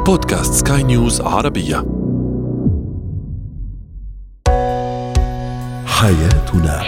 بودكاست سكاي نيوز عربية. حياتنا.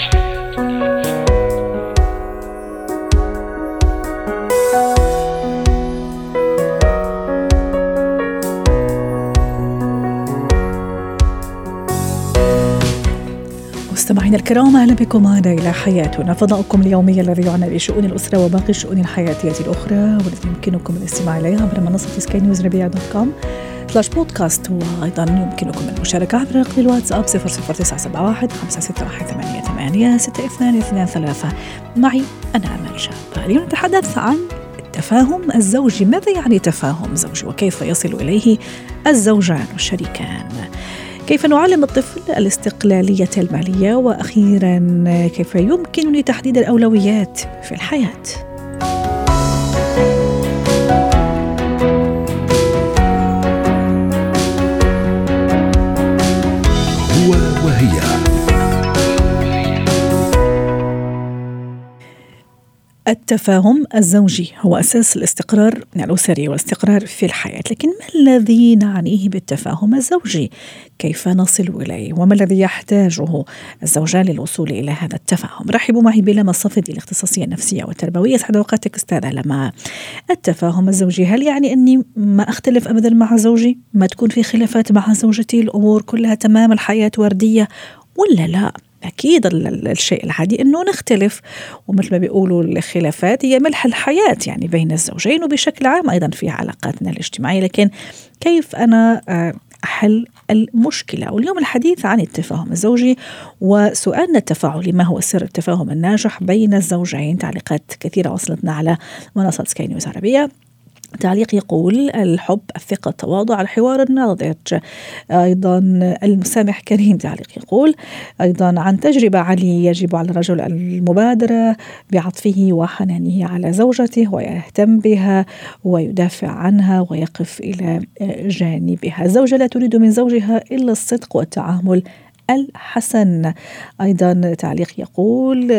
مستمعينا الكرام، أهلا بكم معنا إلى حياتنا، فضاؤكم اليومي الذي يعنى بشؤون الأسرة وباقي الشؤون الحياتية الأخرى، والتي يمكنكم الاستماع إليها عبر منصة skynewsarabia.com/podcast، وأيضا يمكنكم المشاركة عبر رقم الواتساب 00971 561 88 6223. معي أنا أمل شاب. اليوم نتحدث عن التفاهم الزوجي. ماذا يعني تفاهم زوجي وكيف يصل إليه الزوجان والشريكان؟ كيف نعلم الطفل الاستقلالية المالية؟ وأخيرا كيف يمكن لتحديد الأولويات في الحياة؟ هو وهي. التفاهم الزوجي هو أساس الاستقرار الأسري والاستقرار في الحياة، لكن ما الذي نعنيه بالتفاهم الزوجي؟ كيف نصل إليه؟ وما الذي يحتاجه الزوجان للوصول إلى هذا التفاهم؟ رحبوا معي بلمى الصفدي، الاختصاصية النفسية والتربوية. أسعد أوقاتك أستاذة لمى. التفاهم الزوجي، هل يعني أني ما أختلف أبدا مع زوجي؟ ما تكون في خلافات مع زوجتي؟ الأمور كلها تمام، الحياة وردية، ولا لا؟ أكيد الشيء العادي أنه نختلف، ومثل ما بيقولوا الخلافات هي ملح الحياة يعني بين الزوجين وبشكل عام أيضا في علاقاتنا الاجتماعية. لكن كيف أنا أحل المشكلة؟ واليوم الحديث عن التفاهم الزوجي وسؤالنا التفاعلي: ما هو سر التفاهم الناجح بين الزوجين؟ تعليقات كثيرة وصلتنا على منصة سكاي نيوز عربية. تعليق يقول: الحب، الثقة، التواضع، الحوار الناضج. أيضا المسامح كريم. تعليق يقول أيضا: عن تجربة علي، يجب على الرجل المبادرة بعطفه وحنانه على زوجته ويهتم بها ويدافع عنها ويقف إلى جانبها. الزوجة لا تريد من زوجها إلا الصدق والتعامل الحسن. أيضا تعليق يقول: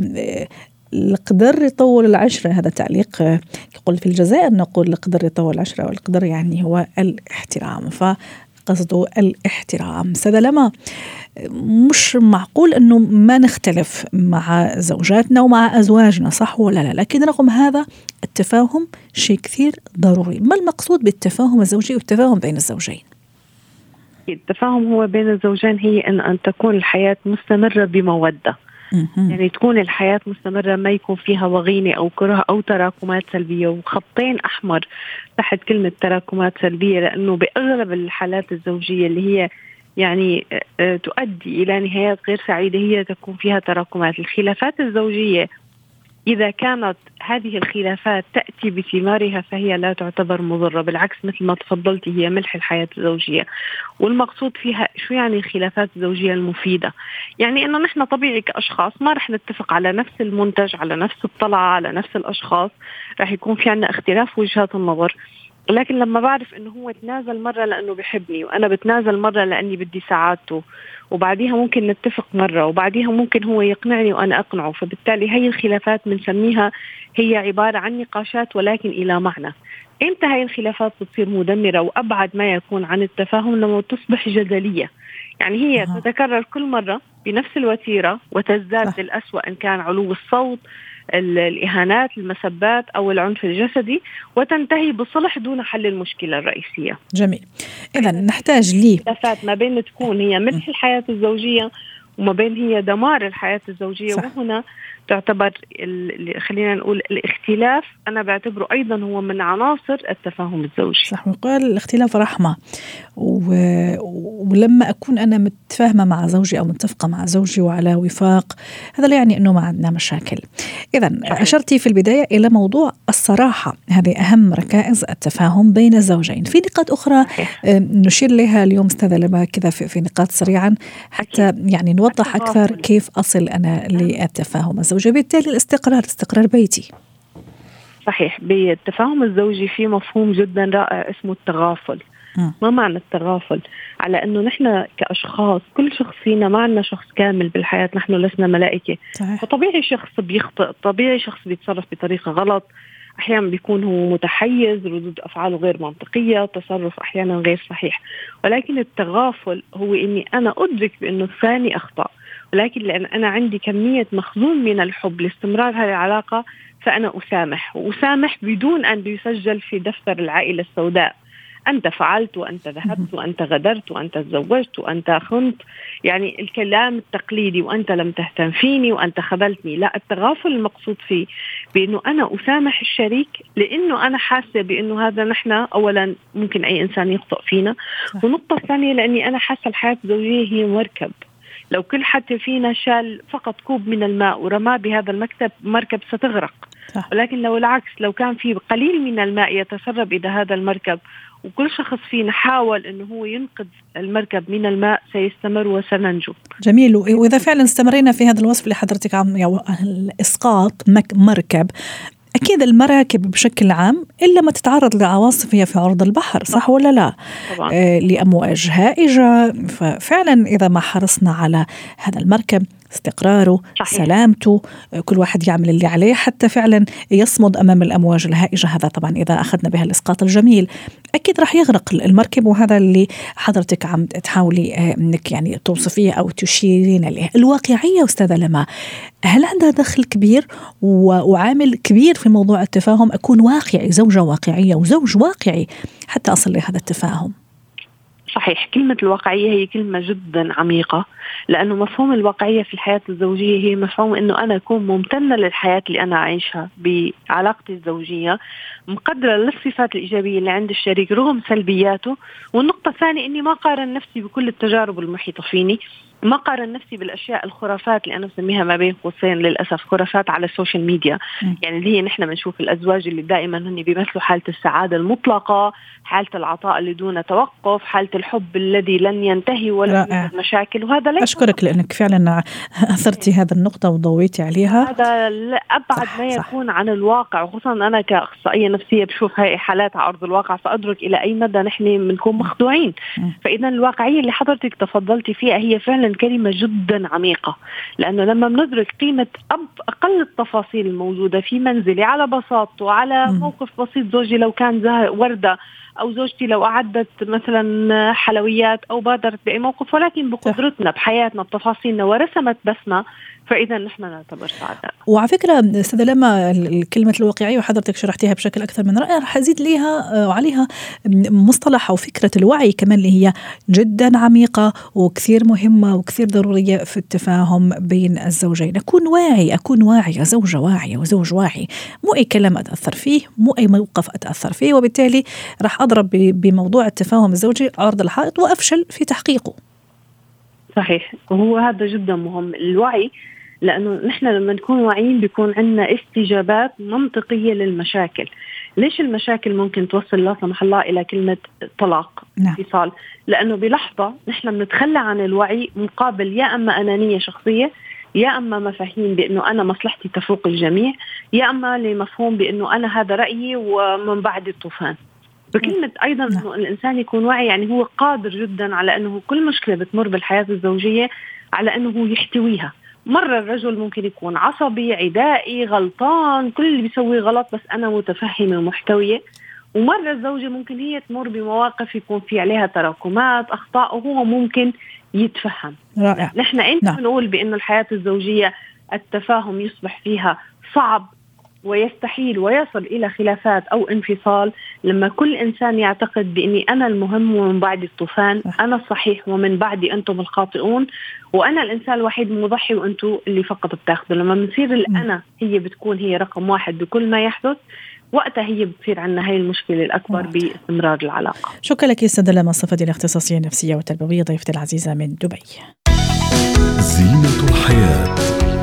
القدر يطول العشرة. هذا تعليق يقول: في الجزائر نقول القدر يطول العشرة، والقدر يعني هو الاحترام، فقصده الاحترام. سادة لما مش معقول أنه ما نختلف مع زوجاتنا ومع أزواجنا، صح ولا لا؟ لكن رغم هذا التفاهم شيء كثير ضروري. ما المقصود بالتفاهم الزوجي والتفاهم بين الزوجين؟ التفاهم هو بين الزوجين هي أن تكون الحياة مستمرة بمودة، يعني تكون الحياة مستمرة، ما يكون فيها وغينة أو كره أو تراكمات سلبية. وخطين أحمر تحت كلمة تراكمات سلبية، لأنه بأغلب الحالات الزوجية اللي هي يعني تؤدي إلى نهايات غير سعيدة هي تكون فيها تراكمات. الخلافات الزوجية إذا كانت هذه الخلافات تأتي بثمارها فهي لا تعتبر مضرة، بالعكس مثل ما تفضلتي هي ملح الحياة الزوجية. والمقصود فيها شو يعني الخلافات الزوجية المفيدة؟ يعني إنه نحن طبيعي كأشخاص ما رح نتفق على نفس المنتج، على نفس الطلعة، على نفس الأشخاص، رح يكون في عنا اختلاف وجهات النظر. لكن لما بعرف إنه هو تنازل مرة لأنه بيحبني وأنا بتنازل مرة لأني بدي سعادته، وبعديها ممكن نتفق مرة، وبعديها ممكن هو يقنعني وأنا أقنعه، فبالتالي هاي الخلافات بنسميها هي عبارة عن نقاشات ولكن إلى معنى. إمتى هاي الخلافات بتصير مدمرة وأبعد ما يكون عن التفاهم؟ لما تصبح جدلية، يعني هي تتكرر كل مرة بنفس الوتيرة وتزداد للأسوأ، إن كان علو الصوت، الإهانات، المسبات أو العنف الجسدي، وتنتهي بصلح دون حل المشكلة الرئيسية. جميل. إذا نحتاج لي خلافات ما بين تكون هي ملح الحياة الزوجية وما بين هي دمار الحياة الزوجية. صح. وهنا تعتبر خلينا نقول الاختلاف، أنا بعتبره أيضا هو من عناصر التفاهم الزوجي. صح، وقال الاختلاف رحمة. ولما أكون أنا متفاهمة مع زوجي أو متفقة مع زوجي وعلى وفاق، هذا لا يعني أنه ما عندنا مشاكل. إذن أشرتي في البداية إلى موضوع الصراحة، هذه أهم ركائز التفاهم بين الزوجين. في نقاط أخرى نشير لها اليوم أستاذة لما كذا في نقاط سريعا حتى يعني نوضح أكثر كيف أصل أنا للتفاهم الزوجي، بالتالي استقرار بيتي. صحيح. بالتفاهم الزوجي في مفهوم جدا رائع اسمه التغافل. ما معنى التغافل؟ على أنه نحن كأشخاص كل شخص فينا ما عندنا شخص كامل بالحياة، نحن لسنا ملائكة. فطبيعي شخص بيخطئ، طبيعي شخص بيتصرف بطريقة غلط، أحيانا بيكون هو متحيز، ردود أفعاله غير منطقية، تصرف أحيانا غير صحيح. ولكن التغافل هو إني أنا أدرك بأنه الثاني أخطأ، ولكن لأن أنا عندي كمية مخزون من الحب لاستمرار هذه العلاقة فأنا أسامح بدون أن يسجل في دفتر العائلة السوداء أنت فعلت وأنت ذهبت وأنت غدرت وأنت تزوجت وأنت خنت، يعني الكلام التقليدي وأنت لم تهتم فيني وأنت خذلتني. لا، التغافل المقصود فيه بأنه أنا أسامح الشريك لأنه أنا حاسة بأنه هذا نحن أولا ممكن أي إنسان يخطئ فينا، ونقطة ثانية لأني أنا حاسة الحياة الزوجية هي مركب، لو كل حد فينا شال فقط كوب من الماء ورماه بهذا المركب ستغرق. ولكن لو العكس، لو كان في قليل من الماء يتسرب إلى هذا المركب وكل شخص فينا حاول أنه هو ينقذ المركب من الماء سيستمر وسننجو. جميل. وإذا فعلا استمرينا في هذا الوصف اللي حضرتك عم إسقاط مركب، أكيد المراكب بشكل عام إلا ما تتعرض لعواصف هي في عرض البحر، صح ولا لا؟ طبعا. لأمواج هائجة. ففعلا إذا ما حرصنا على هذا المركب، استقراره، صحيح. سلامته، كل واحد يعمل اللي عليه حتى فعلا يصمد أمام الأمواج الهائجة. هذا طبعا إذا أخذنا بها الإسقاط الجميل أكيد رح يغرق المركب، وهذا اللي حضرتك عم تحاولي أنك يعني توصفيه أو تشيرين له. الواقعية أستاذة لما، هل عندها دخل كبير وعامل كبير في موضوع التفاهم؟ أكون واقعي، زوجة واقعية وزوج واقعي حتى أصل لهذا التفاهم. صحيح، كلمة الواقعية هي كلمة جدا عميقة، لأنه مفهوم الواقعية في الحياة الزوجية هي مفهوم أنه أنا أكون ممتنة للحياة اللي أنا أعيشها بعلاقتي الزوجية، مقدرة للصفات الإيجابية اللي عند الشريك رغم سلبياته. والنقطة الثانية أني ما قارن نفسي بكل التجارب المحيطة فيني، ما قارن نفسي بالأشياء الخرافات اللي أنا بسميها ما بين قوسين للأسف خرافات على السوشيال ميديا. يعني اللي هي نحن بنشوف الأزواج اللي دائما هن بيمثلوا حالة السعادة المطلقة، حالة العطاء اللي دون توقف، حالة الحب الذي لن ينتهي ولا يوجد مشاكل. وهذا ليس. أشكرك لأنك فعلا أثرتي هذا النقطة وضويتي عليها. هذا أبعد ما يكون عن الواقع، وخصوصا أنا كأخصائية نفسية بشوف هاي حالات على أرض الواقع فأدرك إلى أي مدى نحن بنكون مخدوعين. فإذا الواقعية اللي حضرتك تفضلتي فيها هي فعلا كلمة جدا عميقة، لأنه لما بندرك قيمة أقل التفاصيل الموجودة في منزلي على بساطته، على موقف بسيط، زوجي لو كان وردة أو زوجتي لو أعدت مثلا حلويات أو بادرت بأي موقف، ولكن بقدرتنا بحياتنا بتفاصيلنا ورسمت بسمة، فإذا نحن نعتبر سعداء. وعلى فكرة أستاذة لما، الكلمة الواقعية وحضرتك شرحتيها بشكل أكثر من رائع، رح أزيد ليها وعليها مصطلح أو فكرة الوعي كمان اللي هي جدا عميقة وكثير مهمة وكثير ضرورية في التفاهم بين الزوجين. أكون واعية، زوجة واعية وزوج واعي، مو أي كلام أتأثر فيه، مو أي موقف أتأثر فيه، وبالتالي رح أضرب بموضوع التفاهم الزوجي عرض الحائط وأفشل في تحقيقه. صحيح، وهو هذا جدا مهم الوعي، لأنه نحن لما نكون واعيين بيكون عندنا استجابات منطقية للمشاكل. ليش المشاكل ممكن توصل لا سمح الله إلى كلمة طلاق، انفصال؟ لأنه بلحظة نحن بنتخلى عن الوعي مقابل يا أما أنانية شخصية، يا أما مفاهيم بأنه أنا مصلحتي تفوق الجميع، يا أما لمفهوم بأنه أنا هذا رأيي ومن بعد الطوفان. بكلمة أيضا أنه الإنسان يكون واعي يعني هو قادر جدا على أنه كل مشكلة بتمر بالحياة الزوجية على أنه يحتويها. مرة الرجل ممكن يكون عصبي، عدائي، غلطان، كل اللي بيسويه غلط، بس أنا متفهمة ومحتوية. ومرة الزوجة ممكن هي تمر بمواقف يكون في عليها تراكمات أخطاء وهو ممكن يتفهم. رائع. نحن نقول بأن الحياة الزوجية التفاهم يصبح فيها صعب ويستحيل ويصل إلى خلافات أو انفصال لما كل إنسان يعتقد بأني أنا المهم ومن بعد الطوفان، أنا الصحيح ومن بعدي أنتم الخاطئون، وأنا الإنسان الوحيد المضحي وأنتم اللي فقط بتاخذوا. لما بنصير الأنا هي بتكون هي رقم واحد بكل ما يحدث، وقتها هي بتصير عندنا هاي المشكلة الأكبر باستمرار العلاقة. شكرا لك أستاذة لما صفدي، الاختصاصية النفسية والتربوية، ضيفتي العزيزة من دبي. زينة الحياة.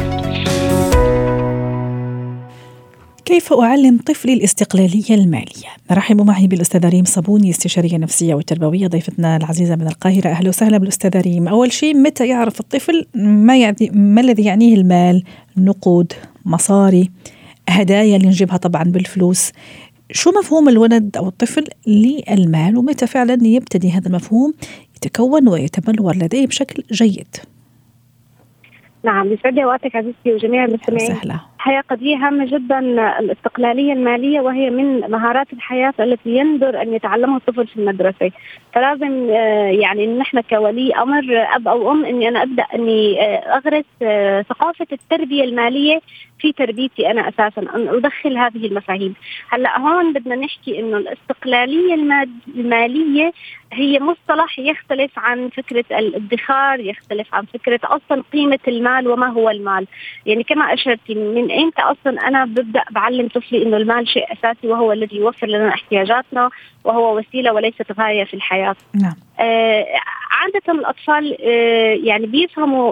كيف أعلم طفلي الاستقلالية المالية؟ رحبوا معي بالأستاذة ريم صابوني، استشارية نفسية والتربوية، ضيفتنا العزيزة من القاهرة. أهلا وسهلا بالأستاذة ريم. أول شيء، متى يعرف الطفل ما الذي يعنيه المال؟ نقود، مصاري، هدايا اللي نجيبها طبعا بالفلوس. شو مفهوم الولد أو الطفل للمال، ومتى فعلا يبتدي هذا المفهوم يتكون ويتبلور لديه بشكل جيد؟ نعم، يسعد لي وقتك عزيزتي وجميع المستمعين. سهلة. الحياة قضية هامة جدا، الاستقلالية المالية، وهي من مهارات الحياة التي يندر أن يتعلمها الطفل في المدرسة. فلازم يعني نحن كولي أمر أب أو أم أني أنا أبدأ أني أغرس ثقافة التربية المالية في تربيتي أنا أساسا، أن أدخل هذه المفاهيم. هلأ هون بدنا نحكي أنه الاستقلالية المالية هي مصطلح يختلف عن فكرة الادخار، يختلف عن فكرة أصلا قيمة المال وما هو المال. يعني كما أشرتي، من إمتى أصلا أنا ببدأ بعلم طفلي إنه المال شيء أساسي وهو الذي يوفر لنا احتياجاتنا وهو وسيلة وليست غاية في الحياة. نعم. عادة الأطفال يعني بيفهموا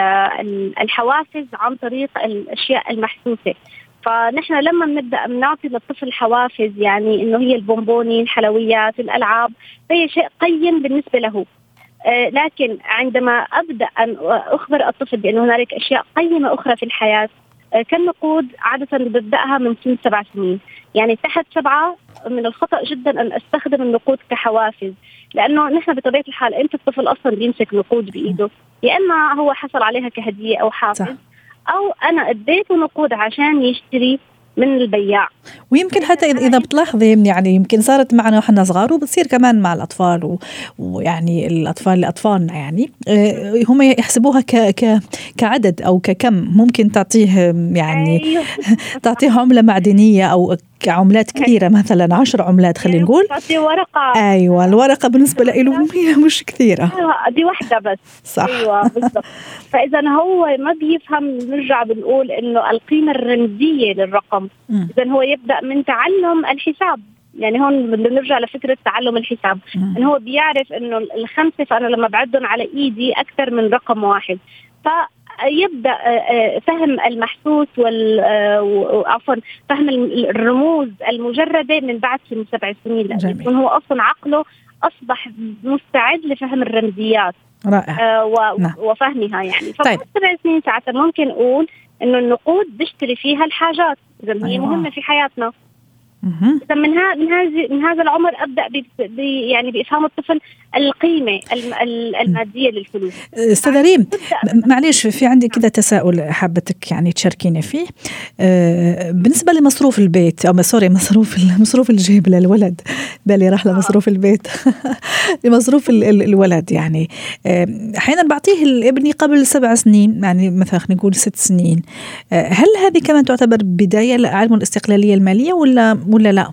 الحوافز عن طريق الأشياء المحسوسة. فنحن لما بنبدأ بنعطي للطفل حوافز، يعني إنه هي البونبوني، الحلويات، الألعاب، فهي شيء قيم بالنسبة له. لكن عندما أبدأ أن أخبر الطفل بأن هنالك أشياء قيمة أخرى في الحياة كالنقود، عادة ببدأها من سن 7 سنين. يعني تحت 7 من الخطأ جدا أن أستخدم النقود كحوافز، لأنه نحن بطبيعة الحال أنت الطفل أصلا بيمسك نقود بإيده، يا إما هو حصل عليها كهدية أو حافز، أو أنا أديته نقود عشان يشتري من البياع. ويمكن حتى إذا بتلاحظي يعني يمكن صارت معنا وحنا صغار وبتصير كمان مع الأطفال ويعني الأطفال لأطفالنا، يعني هم يحسبوها كعدد أو ككم. ممكن تعطيه يعني أيوه. تعطيه عملة معدنية أو عملات كثيرة، مثلا 10 عملات خلينا نقول. ورقة. أيوة، الورقة بالنسبة له مش كثيرة، دي واحدة بس. صح. أيوة بالضبط. فإذا هو ما بيفهم، نرجع بنقول إنه القيمة الرمزية للرقم. إذا هو يبدأ من تعلم الحساب. يعني هون بدنا نرجع لفكرة تعلم الحساب، إنه هو بيعرف إنه ال5 فأنا لما بعدهم على إيدي أكثر من رقم واحد. يبدأ فهم المحسوس عفوا فهم الرموز المجردة من بعد سن 7 سنين، لأنه هو أصلا عقله أصبح مستعد لفهم الرمزيات. رائع. وفهمها يعني. طيب. 7 سنين ساعتها ممكن نقول إنه النقود بشتري فيها الحاجات، إذا هي مهمة في حياتنا. إذا من هذا العمر أبدأ يعني بإفهام الطفل القيمة المادية للفلوس. أستاذة ريم، معليش في عندي كذا تساؤل حابتك يعني تشاركيني فيه. بالنسبة لمصروف البيت أو مصروف الجيب للولد، بالي راح لمصروف البيت لمصروف الولد. يعني أحيانا بعطيه لابني قبل 7 سنين، يعني مثلا نقول 6 سنين. هل هذه كمان تعتبر بداية لعلم الاستقلالية المالية ولا لا؟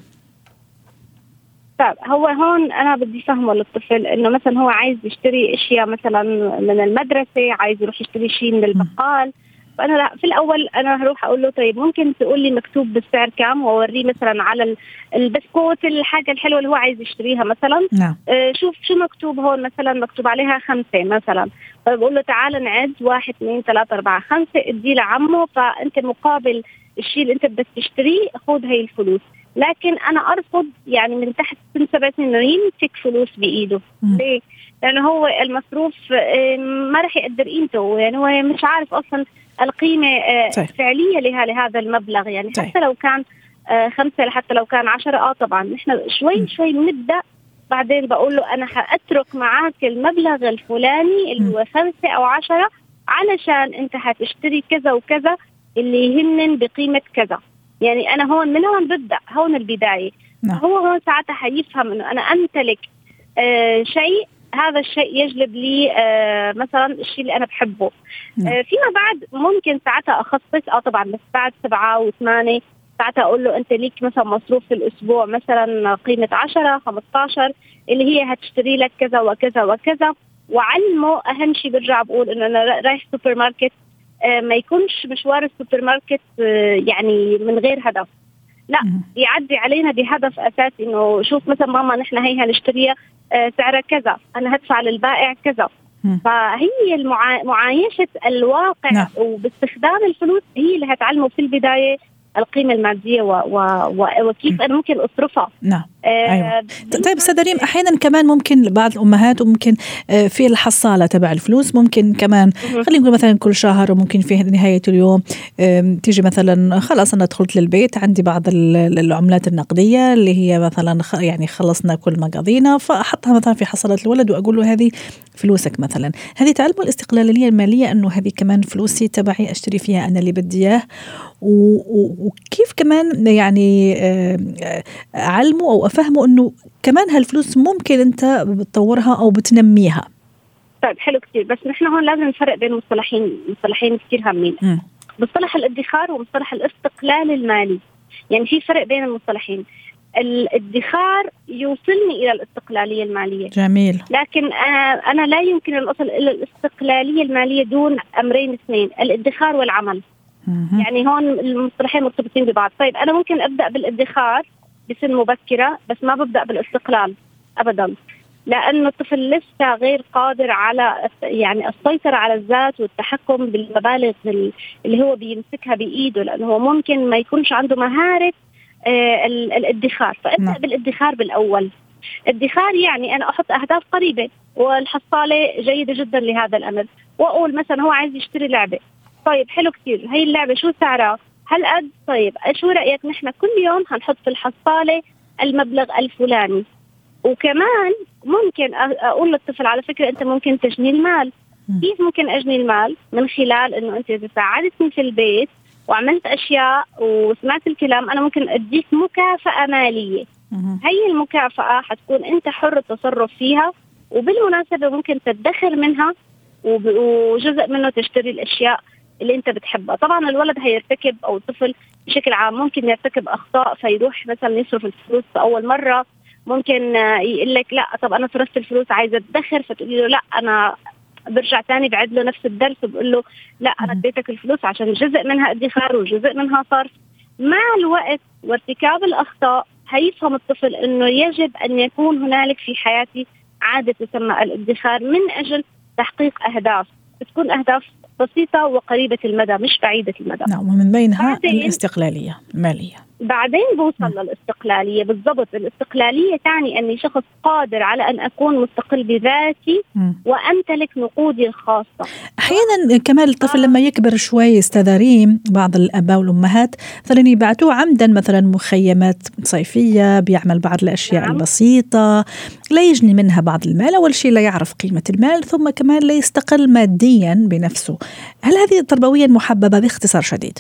طيب، هو هون أنا بدي فهمه للطفل إنه مثلا هو عايز يشتري أشياء مثلا من المدرسة، عايز يروح يشتري شيء من البقال. فأنا لا، في الأول أنا هروح أقول له طيب ممكن تقول لي مكتوب بالسعر كام، وأوريه مثلا على البسكوت الحاجة الحلوة اللي هو عايز يشتريها مثلا. نعم. شوف شو مكتوب هون، مثلا مكتوب عليها 5 مثلا. فبقول له تعال نعد 1 2 3 4 5، ادي لعمه، فأنت مقابل الشيء اللي أنت بدك تشتريه خذ هاي الفلوس. لكن أنا أرفض يعني من تحت سن 7 سنين يمسك فلوس بإيده. ليه؟ لأنه هو المصروف ما رح يقدر قيمته، يعني هو مش عارف أصلا القيمة فعلية لهذا المبلغ. يعني حتى لو كان 5 حتى لو كان 10، طبعا نحن شوي بنبدأ، بعدين بقول له أنا هأترك معك المبلغ الفلاني اللي هو 5 أو 10 علشان أنت هتشتري كذا وكذا اللي يهمن بقيمة كذا. يعني أنا هون من هون ببدأ، هون البداية. هو هون ساعتها حيفهم إنه أنا أمتلك شيء، هذا الشيء يجلب لي مثلا الشيء اللي أنا بحبه. فيما بعد ممكن ساعتها أخصص طبعا، بس بعد 7 و8 ساعتها أقول له أنت ليك مثلا مصروف في الأسبوع مثلا قيمة 10 15 اللي هي هتشتري لك كذا وكذا وكذا. وعلمه أهم شيء برجع بقول إنه أنا رايح سوبر ماركت، ما يكونش مشوار السوبر ماركت يعني من غير هدف، لا يعدي علينا بهدف أساسي. إنه شوف مثلا ماما نحن هي هنشتريها سعرها كذا، أنا هدفع للبائع كذا. فهي معايشة الواقع وباستخدام الفلوس هي اللي هتعلمه في البداية القيمة المادية وكيف أنا ممكن أصرفها. نعم. أيوة. طيب أستاذة ريم، أحيانا كمان ممكن بعض الأمهات وممكن في الحصالة تبع الفلوس ممكن كمان خلينا نقول مثلا كل شهر وممكن في نهاية اليوم تيجي مثلا خلاص أنا دخلت للبيت عندي بعض العملات النقدية اللي هي مثلا يعني خلصنا كل مقاضينا، فأحطها مثلا في حصالة الولد وأقول له هذه فلوسك مثلا. هذه تعلم الاستقلالية المالية، أنه هذه كمان فلوسي تبعي أشتري فيها أنا اللي بدي إياه، وكيف كمان يعني علموا أو أفهموا أنه كمان هالفلوس ممكن أنت بتطورها أو بتنميها. طيب حلو كتير، بس نحن هون لازم نفرق بين مصطلحين كتير هامين. مصطلح الادخار ومصطلح الاستقلال المالي. يعني في فرق بين المصطلحين. الادخار يوصلني إلى الاستقلالية المالية. جميل. لكن أنا لا يمكن أن أصل إلى الاستقلالية المالية دون أمرين اثنين، الادخار والعمل. يعني هون المصطلحين مرتبطين ببعض. طيب أنا ممكن أبدأ بالادخار بسن مبكرة، بس ما ببدأ بالاستقلال أبدا، لأنه الطفل لسه غير قادر على يعني السيطرة على الذات والتحكم بالمبالغ اللي هو بيمسكها بإيده، لأنه هو ممكن ما يكونش عنده مهارة الادخار. فأبدأ بالادخار بالأول. الادخار يعني أنا أحط أهداف قريبة، والحصالة جيدة جدا لهذا الأمر. وأقول مثلا هو عايز يشتري لعبة، طيب حلو كتير، هاي اللعبة شو سعرها؟ هل قد؟ طيب شو رأيك نحن كل يوم هنحط في الحصالة المبلغ الفلاني. وكمان ممكن أقول للطفل على فكرة أنت ممكن تجني المال. كيف ممكن أجني المال؟ من خلال أنه أنت إذا ساعدتني في البيت وعملت أشياء وسمعت الكلام، أنا ممكن أديك مكافأة مالية. هي المكافأة حتكون أنت حر التصرف فيها، وبالمناسبة ممكن تدخر منها وجزء منه تشتري الأشياء اللي أنت بتحبها. طبعا الولد هيرتكب أو الطفل بشكل عام ممكن يرتكب أخطاء، فيروح مثلا يصرف الفلوس أول مرة، ممكن يقول لك لا طب أنا صرفت الفلوس عايزة أدخر، فتقولي له لا أنا برجع تاني بعد له نفس الدرس وبقول له لا أنا اديتك الفلوس عشان جزء منها ادخار وجزء منها صرف. مع الوقت وارتكاب الأخطاء هيفهم الطفل أنه يجب أن يكون هنالك في حياتي عادة تسمى الادخار من أجل تحقيق أهداف بتكون أهداف بسيطة وقريبة المدى مش بعيدة المدى. نعم، ومن بينها الاستقلالية المالية. بعدين بوصل للاستقلالية. بالضبط، الاستقلالية تعني أني شخص قادر على أن أكون مستقل بذاتي وأمتلك نقودي الخاصة. أحيانا كمان الطفل لما يكبر شوي أستاذ ريم، بعض الآباء والأمهات مثلا يبعتوه عمدا مثلا مخيمات صيفية بيعمل بعض الأشياء البسيطة لا يجني منها بعض المال. أول شيء لا يعرف قيمة المال، ثم كمان لا يستقل ماديا بنفسه. هل هذه تربويا محببة باختصار شديد؟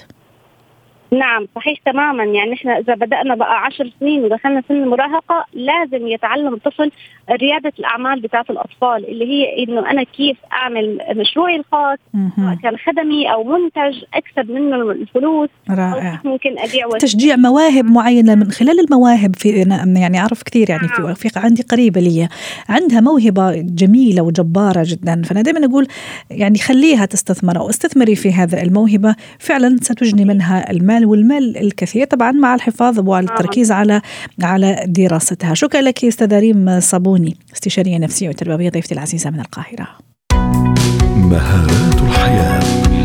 نعم صحيح تماما. يعني احنا اذا بدأنا بقى 10 سنين ودخلنا سن المراهقة لازم يتعلم الطفل ريادة الأعمال بتاعت الأطفال، اللي هي إنه أنا كيف أعمل مشروعي الخاص سواء كان خدمي أو منتج أكسب منه الفلوس. رائع. أو ممكن أبيع تشجيع مواهب معينة. من خلال المواهب في أنا يعني أعرف كثير يعني في عندي قريبة لي عندها موهبة جميلة وجبارة جدا، فأنا دائما أقول يعني خليها تستثمر أو استثمري في هذا الموهبة، فعلا ستجني منها المال والمال الكثير طبعا مع الحفاظ والتركيز على دراستها. شكرا لك أستاذة ريم صابوني، استشارية نفسية وتربوية، ضيفتي العزيزة من القاهرة. مهارات الحياة.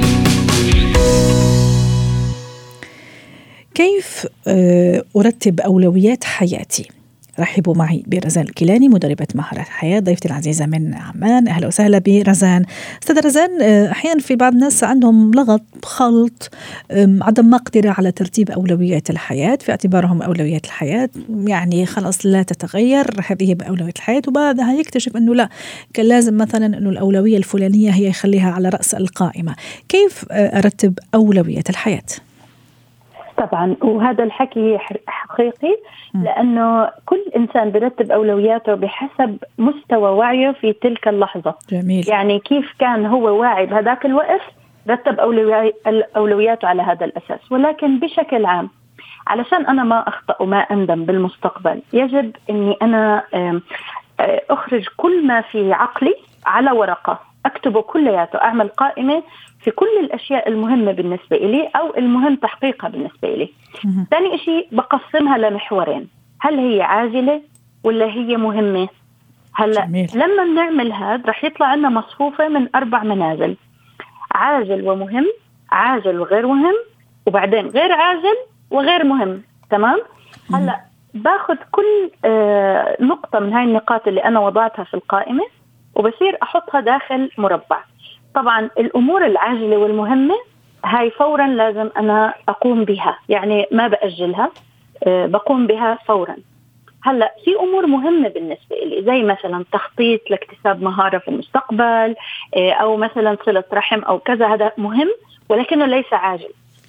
كيف أرتب أولويات حياتي؟ رحبوا معي برزان الكيلاني، مدربة مهارات حياة، ضيفتي العزيزة من عمان. أهلا وسهلا برزان. أستاذ رزان، أحيانا في بعض الناس عندهم لغط، خلط، عدم مقدرة على ترتيب أولويات الحياة، في اعتبارهم أولويات الحياة يعني خلاص لا تتغير، هذه بأولوية الحياة، وبعدها يكتشف أنه لا، كان لازم مثلا أنه الأولوية الفلانية هي يخليها على رأس القائمة. كيف أرتب أولويات الحياة؟ طبعا، وهذا الحكي حقيقي، لأنه كل إنسان برتب أولوياته بحسب مستوى وعيه في تلك اللحظة. جميل. يعني كيف كان هو واعي بهذاك الوقت رتب أولوياته على هذا الأساس. ولكن بشكل عام علشان أنا ما أخطأ وما أندم بالمستقبل، يجب أني أنا أخرج كل ما في عقلي على ورقة، أكتبه كلياته، أعمل قائمة في كل الأشياء المهمة بالنسبة إلي أو المهم تحقيقها بالنسبة إلي. ثاني شيء بقسمها لمحورين، هل هي عاجلة ولا هي مهمة؟ هلا لما بنعمل هذا رح يطلع لنا مصفوفة من 4 منازل: عاجل ومهم، عاجل وغير مهم، وبعدين غير عاجل وغير مهم. تمام؟ هلا باخذ كل نقطة من هاي النقاط اللي أنا وضعتها في القائمة وبصير أحطها داخل مربع. طبعا الأمور العاجلة والمهمة هاي فورا لازم أنا أقوم بها، يعني ما بأجلها، بقوم بها فورا. هلأ في أمور مهمة بالنسبة لي زي مثلا تخطيط لاكتساب مهارة في المستقبل، أو مثلا صلة رحم أو كذا، هذا مهم ولكنه ليس عاجل.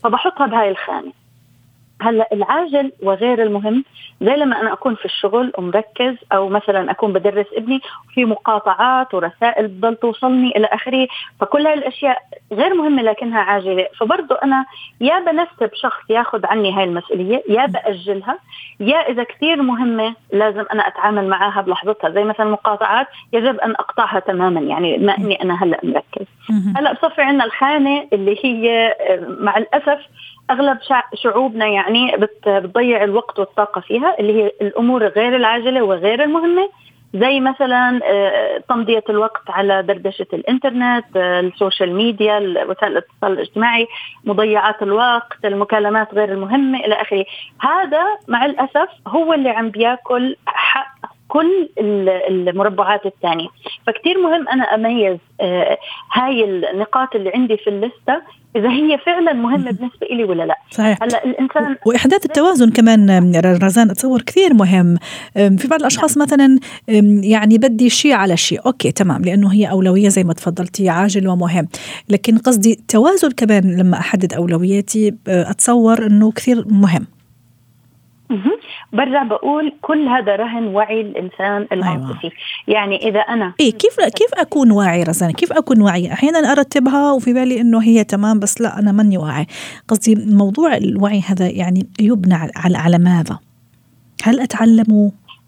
فبحطها بهاي الخانة. هلا العاجل وغير المهم زي لما أنا أكون في الشغل ومركز، أو مثلا أكون بدرس ابني وفي مقاطعات ورسائل بتضل توصلني إلى آخره، فكل هاي الأشياء غير مهمة لكنها عاجلة، فبرضو أنا يا بنسب شخص ياخد عني هاي المسؤولية، يا بأجلها، يا إذا كثير مهمة لازم أنا أتعامل معاها بلحظتها. زي مثلا المقاطعات يجب أن أقطعها تماما، يعني ما إني أنا هلأ مركز. هلأ بصفي عنا الخانة اللي هي مع الأسف أغلب شعوبنا يعني بتضيع الوقت والطاقة فيها، اللي هي الأمور غير العاجلة وغير المهمة، زي مثلا تمضية الوقت على دردشة الإنترنت، السوشيال ميديا، وسائل الاتصال الاجتماعي، مضيعات الوقت، المكالمات غير المهمة إلى آخره. هذا مع الأسف هو اللي عم بياكل حق كل المربعات الثانية. فكتير مهم أنا أميز هاي النقاط اللي عندي في الليستة إذا هي فعلا مهمة بالنسبة إلي ولا لا. صحيح. هلا الإنسان وإحداث التوازن كمان رزان أتصور كثير مهم. في بعض الأشخاص مثلا يعني بدي شيء على شيء، أوكي تمام، لأنه هي أولوية زي ما تفضلتي، عاجل ومهم، لكن قصدي توازن كمان لما أحدد أولوياتي أتصور أنه كثير مهم. برجع بقول كل هذا رهن وعي الإنسان العاطفي. أيوة. يعني إذا أنا كيف أكون واعي رزان؟ كيف أكون واعي؟ أحيانا أرتبها وفي بالي إنه هي تمام، بس لا أنا ماني واعي. قصدي موضوع الوعي هذا يعني يبنى على ماذا؟ هل أتعلمه؟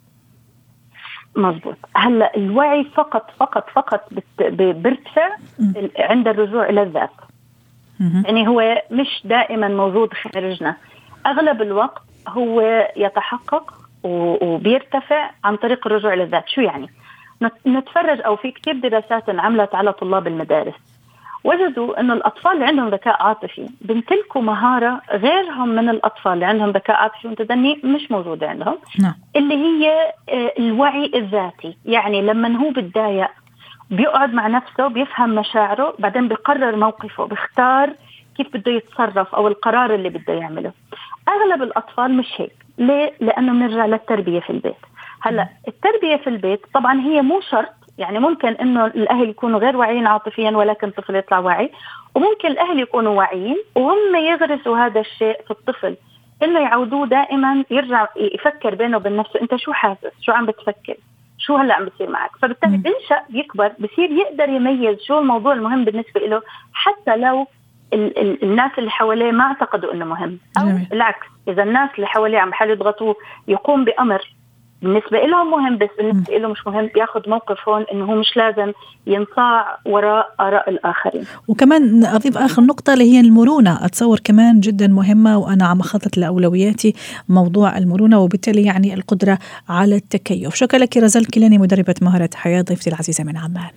مزبوط. هلا الوعي فقط بيرتفع عند الرجوع إلى الذات. يعني هو مش دائما موجود خارجنا، أغلب الوقت هو يتحقق وبيرتفع عن طريق الرجوع للذات. شو يعني؟ نتفرج أو في كتير دراسات انعملت على طلاب المدارس، وجدوا أن الأطفال اللي عندهم ذكاء عاطفي بيمتلكوا مهارة غيرهم من الأطفال اللي عندهم ذكاء عاطفي ومتدني مش موجودة عندهم. اللي هي الوعي الذاتي. يعني لما هو بتضايق بيقعد مع نفسه، بيفهم مشاعره، بعدين بيقرر موقفه، بيختار كيف بده يتصرف أو القرار اللي بده يعمله. أغلب الأطفال مش هيك. ليه؟ لأنه بنرجع للتربية في البيت. هلأ التربية في البيت طبعا هي مو شرط، يعني ممكن إنه الأهل يكونوا غير واعيين عاطفيا ولكن الطفل يطلع واعي، وممكن الأهل يكونوا واعيين وهم يغرسوا هذا الشيء في الطفل، إنه يعودوه دائما يرجع يفكر بينه وبين نفسه، أنت شو حاسس؟ شو عم بتفكر؟ شو هلأ عم بيصير معك؟ فبالتالي بنشأ يكبر بصير يقدر يميز شو الموضوع المهم بالنسبة له، حتى لو الناس اللي حواليه ما اعتقدوا انه مهم، او بالعكس اذا الناس اللي حواليه عم بحاولوا يضغطوه يقوم بامر بالنسبه لهم مهم بس بالنسبه له مش مهم، بياخذ موقف هون انه هو مش لازم ينصاع وراء اراء الاخرين. وكمان اضيف اخر نقطه اللي هي المرونه، اتصور كمان جدا مهمه، وانا عم اخطط لاولوياتي موضوع المرونه، وبالتالي يعني القدره على التكيف. شكرا لك رزان الكيلاني، مدربه مهاره حياه، ضيفتي العزيزه من عمان.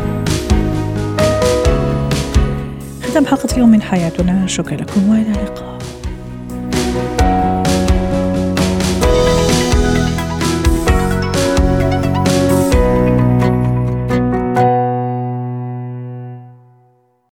ختام حلقة اليوم من حياتنا، شكرا لكم وإلى اللقاء.